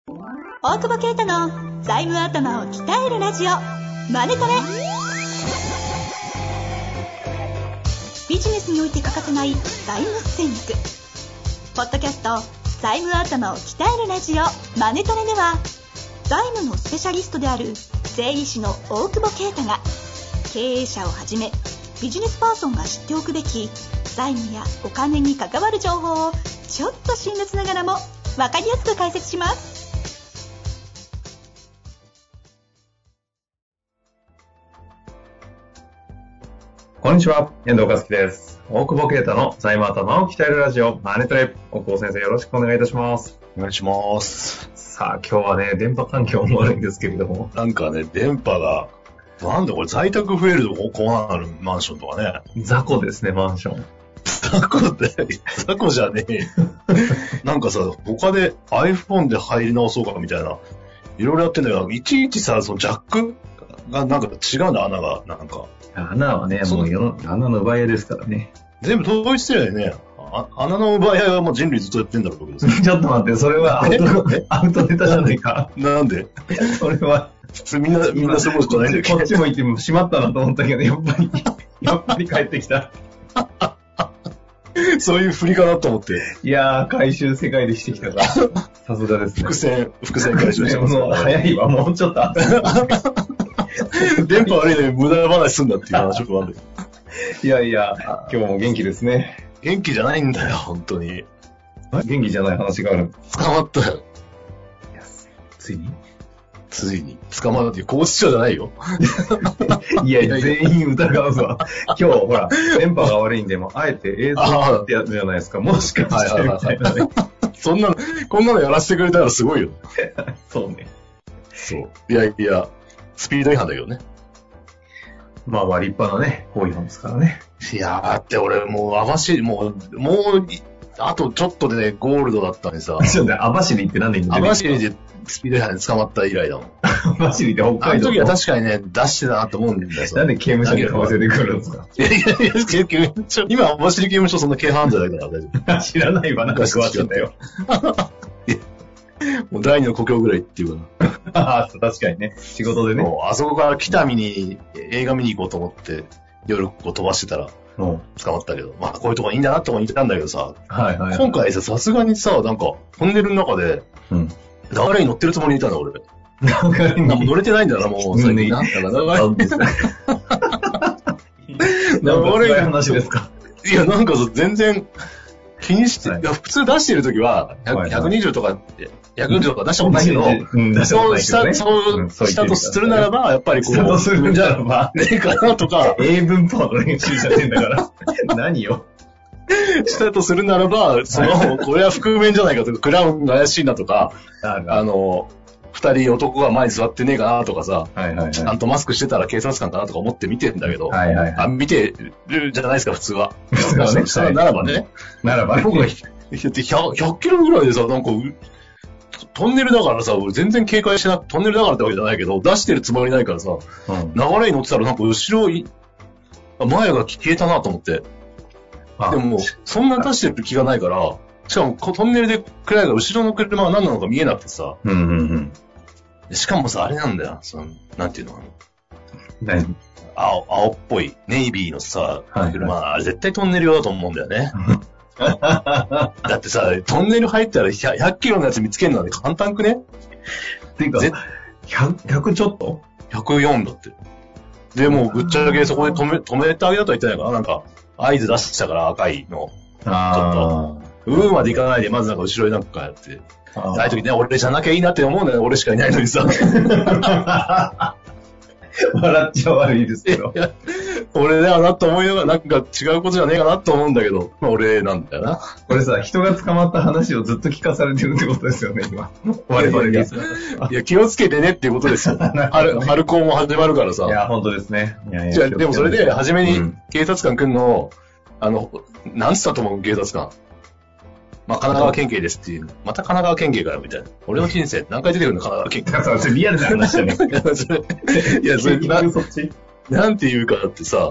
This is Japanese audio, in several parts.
大久保啓太の財務頭を鍛えるラジオマネトレ。ビジネスにおいて欠かせない財務戦略。ポッドキャスト財務頭を鍛えるラジオマネトレでは、財務のスペシャリストである税理士の大久保啓太が、経営者をはじめビジネスパーソンが知っておくべき財務やお金に関わる情報をちょっと辛辣ながらも分かりやすく解説します。 こんにちは、遠藤和樹です。大久保啓太の財務頭を鍛えるラジオマネトレ。大久保先生、よろしくお願いいたします。 お願いします。 さあ、今日はね、電波環境も悪いんですけれども。 なんかね、電波が、なんだこれ、在宅増えるとこうなるマンションとかね。 雑魚ですね、マンション。 雑魚って、雑魚じゃねえ。なんかさ、他で iPhone で入り直そうかみたいな、いろいろやってんだけど、いちいちさ、そのジャックがなんか違うんだ、穴が、なんか。 穴はね、もう穴の奪い合いですからね。 全部統一してるよね。穴の奪い合いはもう人類ずっとやってんだろうけど。 ちょっと待って、それはアウトネタじゃないか。 なんでそれは、 普通みんなそういうことじゃないんだけど。 こっちも行ってもしまったなと思ったけど、やっぱり帰ってきた。 そういう振りかなと思って。 いやー、回収世界でしてきたから。さすがですね。 伏線回収してます。 もう早いわ、もうちょっと後。 電波悪いのに無駄話すんだっていう話もある。 いやいや、今日も元気ですね。 元気じゃないんだよ、本当に。 元気じゃない話がある。 捕まったよ。 ついに捕まるっていう、拘置所じゃないよ。 いや、全員疑うわ。今日、ほら、電波が悪いんで、もあえて映像ってやつじゃないですか。もしかしてみたいなね。 こんなのやらせてくれたらすごいよ。 そうね。 そう。いや、スピード違反だけどね。 まあ立派なね、行為なんですからね。 いやー、だって俺もう網走、もう、あとちょっとでね、ゴールドだったのにさ。 ちょっとね、網走って何で言うんだ網走でスピード違反で捕まった以来だもん。 網走って北海道。 あの時は確かにね、出してたなと思うんだよ。 なんで刑務所にかわせてくるんですか？ いや、今、網走刑務所そんな軽犯罪だから大丈夫。 知らないわ、なんか詳しいんだよ。 もう第二の故郷ぐらいっていうかな。 ああ、確かにね。仕事でね。 もうあそこから北見に映画見に行こうと思って、夜こう飛ばしてたら、捕まったけど、まあこういうとこいいんだなって思ってたんだけどさ、 はいはい、 今回さすがにさ、なんか、トンネルの中で、流れに乗ってるつもりにいたんだ、俺。流れに乗れてないんだな、もう。最近なんだか流れの話ですか？ いや、なんかさ、全然、気にして、いや普通出してるときは、120とかって、140とか出したことないけど、そうしたとするならば、やっぱりこう、 したとするならば、 ねえかなとか、 英文法の練習者してんだから、何よ。 したとするならば、これは覆面じゃないかとか、クラウンが怪しいなとか、二人男が前に座ってねえかなとかさ、ちゃんとマスクしてたら警察官かなとか思って見てんだけど、見てるじゃないですか、普通は。ならばね。僕が100キロぐらいでさ、なんか、トンネルだからさ、俺全然警戒してなくて、トンネルだからってわけじゃないけど、出してるつもりないからさ、流れに乗ってたらなんか後ろ、前が消えたなと思って。でも、そんな出してる気がないから、しかもトンネルで暗いから後ろの車は何なのか見えなくてさ、しかもさ、あれなんだよ、なんていうの青っぽい、ネイビーのさ、車、あれ絶対トンネル用だと思うんだよね。だってさ、トンネル入ったら100キロのやつ見つけるのはね、簡単くね？ っていうか、100ちょっと ?104 だって。で、もうぐっちゃけそこで止めてあげたとは言ってないかな、なんか、合図出したから赤いの。ちょっと、まで行かないで、まずなんか後ろになんかやって。ああいう時ね、俺じゃなきゃいいなって思うんだよ、俺しかいないのにさ。 笑っちゃ悪いですけど。 俺だよなと思いながら、なんか違うことじゃねえかなと思うんだけど、まあ俺なんだよな。 これさ、人が捕まった話をずっと聞かされてるってことですよね、今。我々です。 いや、気をつけてねっていうことですよ。春高も始まるからさ。 いや、本当ですね。 じゃあ、でもそれで、初めに警察官来んの、なんつったと思う、警察官。まあ、神奈川県警ですっていう。また神奈川県警かよ、みたいな。俺の人生何回出てくるの、神奈川県警。 それリアルな話じゃねえ。 いや、それ、なんて言うかってさ、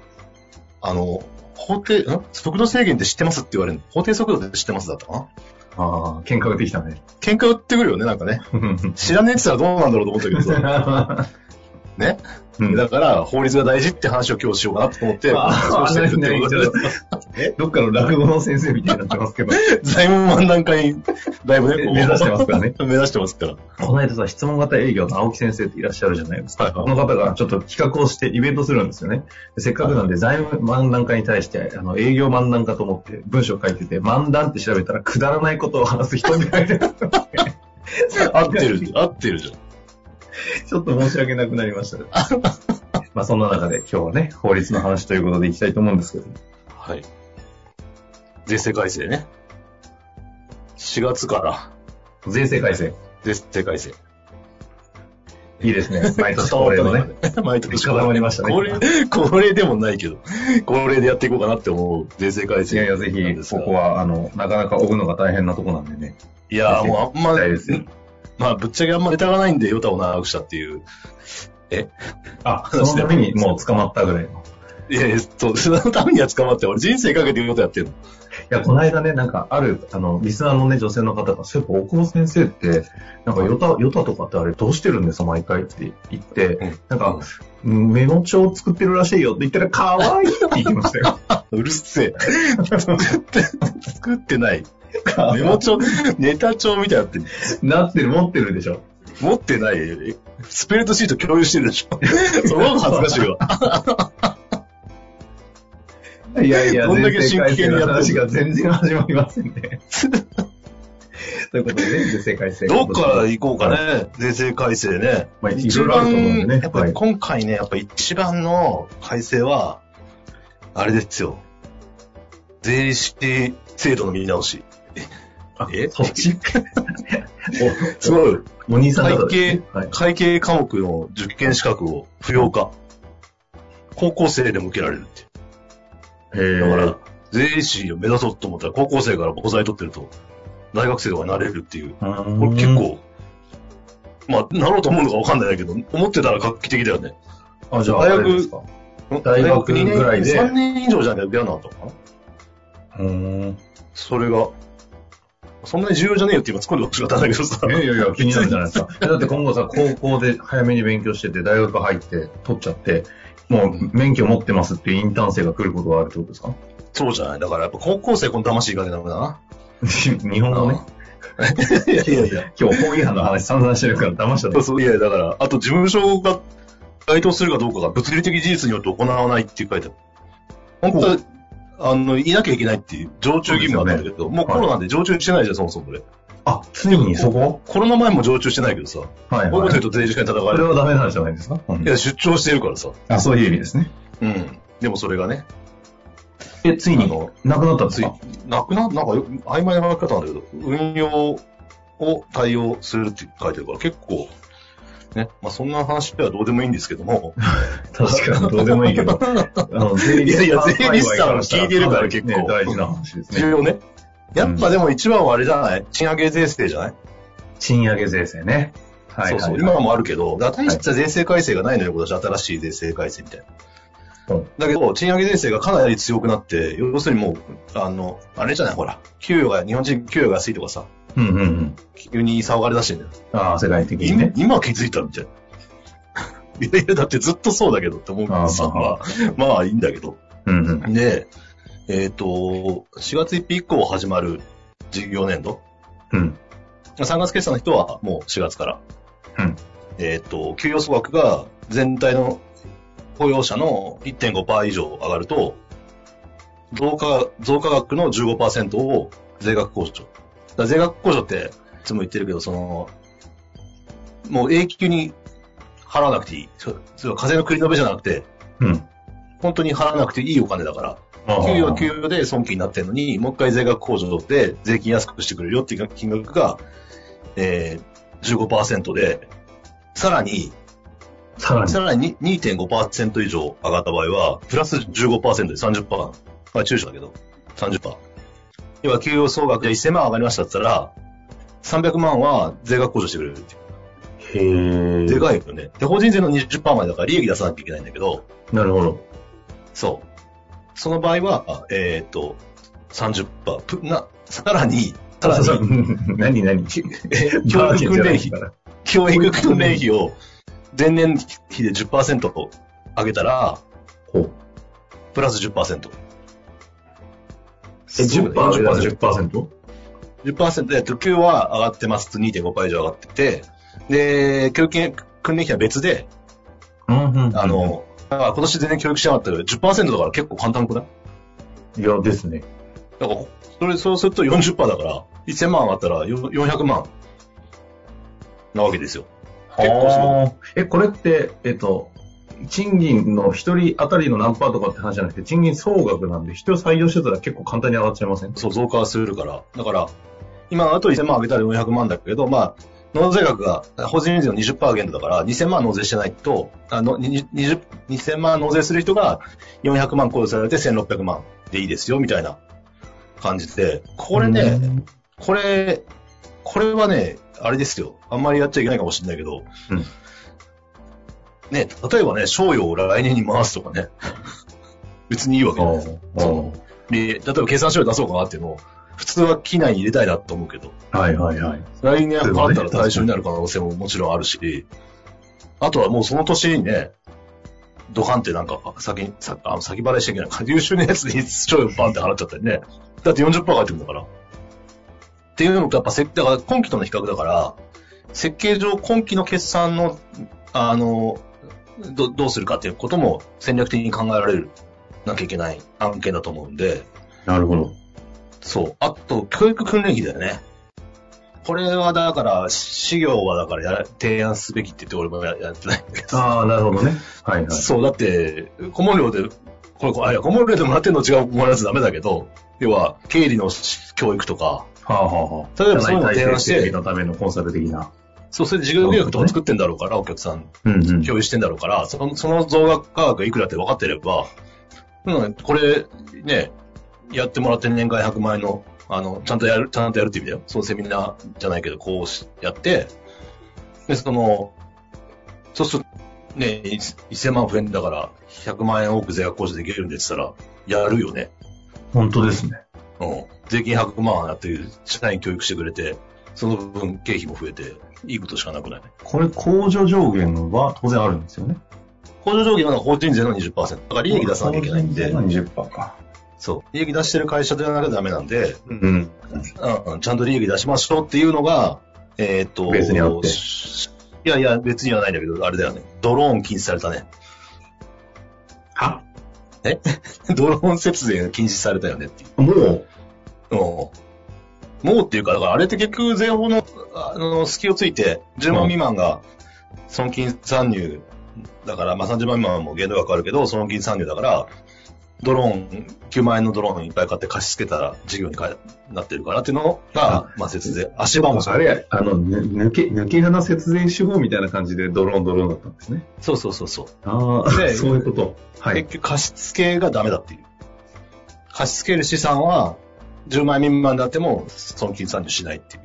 法定、速度制限って知ってますって言われるの。法定速度って知ってますだったかな。 ああ、喧嘩売ってきたね。 喧嘩売ってくるよね、なんかね。知らねえって言ったらどうなんだろうと思ったけどさ。ね、だから、法律が大事って話を今日しようかなと思って、そうしてるってことで。 どっかの落語の先生みたいになってますけど。 財務漫談会、だいぶね、 目指してますからね。 目指してますから。 この間さ、質問型営業の青木先生っていらっしゃるじゃないですか。この方がちょっと企画をしてイベントするんですよね。せっかくなんで財務漫談会に対して、営業漫談家と思って文章を書いてて、漫談って調べたらくだらないことを話す人みたいな。 合ってるじゃん。 ちょっと申し訳なくなりました。まあそんな中で今日はね、法律の話ということでいきたいと思うんですけど。 はい。税制改正ね。4月から。 税制改正。 税制改正。 いいですね。毎年恒例のね。 毎年固まりましたね。 これでもないけど、恒例でやっていこうかなって思う税制改正。 いやいや、ぜひ、ここは、なかなか追うのが大変なとこなんでね。 いや、もうあんま、まあ、ぶっちゃけあんまネタがないんで、ヨタを長くしたっていう。 そのためにもう捕まったぐらいの。 いや、そのためには捕まって、俺人生かけてヨタやってるの。 いや、この間ね、なんか、リスナーのね、女性の方が、そういえば、大久保先生って、なんか、ヨタとかってあれどうしてるんですか、毎回って言って、なんか、メモ帳作ってるらしいよって言ったら、かわいいって言ってましたよ。 うるせえ。作ってない。メモ帳、ネタ帳みたいになってる。 持ってるでしょ。 持ってない。スプレッドシート共有してるでしょ。その方が恥ずかしいわ。 いやいや、 どんだけ真剣にやってる話が全然始まりませんね。ということでね、税制改正。 どっから行こうかね、税制改正ね。 まあ、一番あると思うんでね。 やっぱり今回ね、やっぱ一番の改正は、あれですよ。税理士制度の見直し。 そっちすごい。 お兄さん会計科目の受験資格を不要化。高校生でも受けられるっていう。だから、税理士を目指そうと思ったら高校生から母材取ってると、大学生とかになれるっていう。これ結構、まあ、なろうと思うのか分かんないけど、思ってたら画期的だよね。 じゃあ、大学2年ぐらいで。 3年以上じゃなきゃ受けなかったのかな。それが、そんなに重要じゃねえよって今突っ込んでほしかったんだけどさ。 いや、気になるじゃないですか。だって今後さ、高校で早めに勉強してて、大学入って取っちゃって、もう免許持ってますっていうインターン生が来ることがあるってことですか？ そうじゃない。だからやっぱ高校生この魂がけなのかな。 日本語ね。 いや。 今日法違反の話散々してるから騙しちゃった。 そう、いや、だから、あと事務所が該当するかどうかが物理的事実によって行わないっていう書いてある。本当はいなきゃいけないっていう常駐義務があったんだけど、もうコロナで常駐してないじゃん、そもそもこれ。 ついにそこ？ コロナ前も常駐してないけどさ。はい。こういうこと言うと税理士会に叩かれる。 それはダメなんじゃないですか？ いや、出張してるからさ。 そういう意味ですね。 でもそれがね。 ついになくなったんですか？ なんか曖昧な書き方なんだけど、運用を対応するって書いてるから結構、ね。まあそんな話ではどうでもいいんですけども。 確かにどうでもいいけど。 税理士さんも聞いてるから結構。 大事な話ですね。 重要ね。やっぱでも一番はあれじゃない？賃上げ税制じゃない？ 賃上げ税制ね。 そうそう。今もあるけど、大した税制改正がないのよ、今年新しい税制改正みたいな。だけど、賃上げ税制がかなり強くなって、要するにもう、あれじゃない、ほら、日本人給与が安いとかさ、急に騒がれ出してんだよ。 世界的にね。 今気づいたみたいな。いや、だってずっとそうだけどって思うからさ、まあいいんだけど。で、4月1日以降始まる事業年度。3月決算の人はもう4月から。給与総額が全体の雇用者の 1.5% 以上上がると、増加額の 15% を税額控除。税額控除っていつも言ってるけど、もう永久に払わなくていい。風の繰り延べじゃなくて、本当に払わなくていいお金だから、給与は給与で損金になってるのに、もう一回税額控除で税金安くしてくれるよっていう金額が、15% で、さらに 2.5% 以上上がった場合は、プラス 15% で 30%。まあ中小だけど、30%。要は給与総額で1000万上がりましたって言ったら、300万は税額控除してくれるっていう。でかいよね。で、法人税の 20% までだから利益出さなきゃいけないんだけど。 なるほど。 そう。その場合は、30%。さらに、 さらに、 何教育訓練費を前年比で 10% 上げたら、プラス 10%。 10%上げたら 10%?10% で、給は上がってます。2.5 倍以上上がってて、で、教育訓練費は別で、今年全然教育しなかったけど、10% だから結構簡単くない？ いや、ですね。 だから、そうすると 40% だから、1000万上がったら400万なわけですよ。結構すごい。 これって、賃金の一人当たりの何パーとかって話じゃなくて、賃金総額なんで、人を採用してたら結構簡単に上がっちゃいません？ そう、増加するから。だから、今、あと1000万上げたら400万だけど、まあ、納税額が、法人税の 20% 限度だから、2000万納税してないと、2000万納税する人が400万控除されて1600万でいいですよ、みたいな感じで、これね、これはね、あれですよ。あんまりやっちゃいけないかもしれないけど、ね、例えばね、賞与を来年に回すとかね、別にいいわけじゃないですか。例えば計算書を出そうかなっていうのを、普通は機内に入れたいなと思うけど、 来年変わったら対象になる可能性ももちろんあるし、あとはもうその年にね、ドカンってなんか先払いしちゃいけない。優秀なやつに賞与バンって払っちゃったりね。だって 40% 返ってくるんだから。っていうのとやっぱだから今期との比較だから、設計上今期の決算の、どうするかっていうことも戦略的に考えられるなきゃいけない案件だと思うんで。 なるほど。 そう。あと、教育訓練費だよね。これはだから、事業はだから提案すべきって言って俺もやってないんだけど。 ああ、なるほどね。はいはい。 そう、だって、顧問料で、顧問料でもらってんの違うもらわずダメだけど、要は、経理の教育とか、例えばそういうのを提案して、 のためのコンサル的な。 そう、それで事業計画とか作ってんだろうから、お客さん、共有してんだろうから、その増額価格がいくらって分かってれば、これ、ね、やってもらって年間100万円の、ちゃんとやるって意味だよ。そのセミナーじゃないけど、こうやって、で、そうすると、ね、1000万増えんだから、100万円多く税額控除できるんでって言ったら、やるよね。 本当ですね。 税金100万やって社員教育してくれて、その分経費も増えて、いいことしかなくない？ これ、控除上限は当然あるんですよね。 控除上限は法人税の 20%。だから利益出さなきゃいけないんで。 法人税の 20% か。 そう。利益出してる会社でなきゃダメなんで、ちゃんと利益出しましょうっていうのが、 別にあって。 いや、別にはないんだけど、あれだよね。ドローン禁止されたね。 は？ ドローン節税が禁止されたよねっていう。もうっていうか、だからあれって結局税法の、隙をついて、10万未満が損金参入だから、まあ30万未満も限度額あるけど、損金参入だから、ドローン、9万円のドローンいっぱい買って貸し付けたら事業になってるからっていうのが、まあ節税。足場もそう。 あれ、抜け穴節税手法みたいな感じでドローンだったんですね。 そう。 ああ、そういうこと。 はい。結局貸し付けがダメだっていう。貸し付ける資産は10万円未満であっても損金参入しないっていう。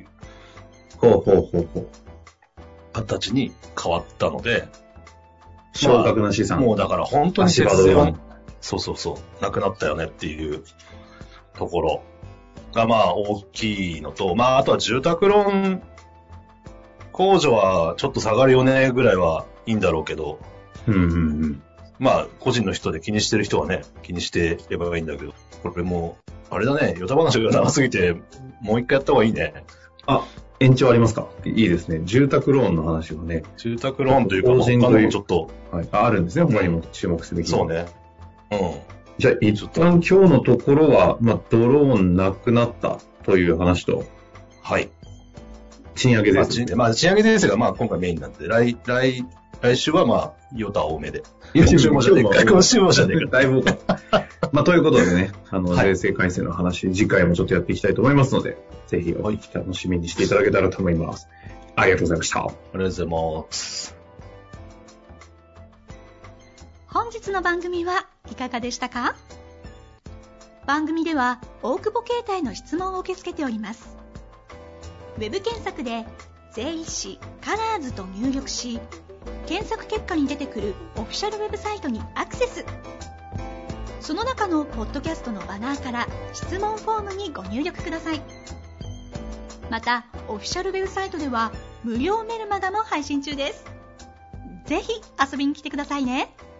形に変わったので。 少額な資産。 もうだから本当に節税は、そうなくなったよねっていうところがまあ大きいのと、まああとは住宅ローン控除はちょっと下がるよねぐらいはいいんだろうけど、まあ個人の人で気にしてる人はね、気にしてればいいんだけど、これもうあれだね、ヨタ話が長すぎてもう一回やった方がいいね。 あ、延長ありますか？いいですね。住宅ローンの話をね。 住宅ローンというか、他にもちょっと、 あるんですね。他にも注目すべき。 そうね。 じゃあ、一旦今日のところは、まあ、ドローンなくなったという話と、 はい。 賃上げです。 まあ、賃上げですが、まあ、今回メインになって、来週は、まあ、ヨタ多めで。 今週もじゃねえか。 今週もじゃねえか。 だいぶ。まあ、ということでね、税制改正の話、次回もちょっとやっていきたいと思いますので、ぜひ、楽しみにしていただけたらと思います。ありがとうございました。 ありがとうございます。 本日の番組はいかがでしたか？番組では大久保携帯の質問を受け付けております。ウェブ検索で税理士カラーズと入力し、検索結果に出てくるオフィシャルウェブサイトにアクセス。その中のポッドキャストのバナーから質問フォームにご入力ください。 またオフィシャルウェブサイトでは無料メルマガも配信中です。ぜひ遊びに来てくださいね。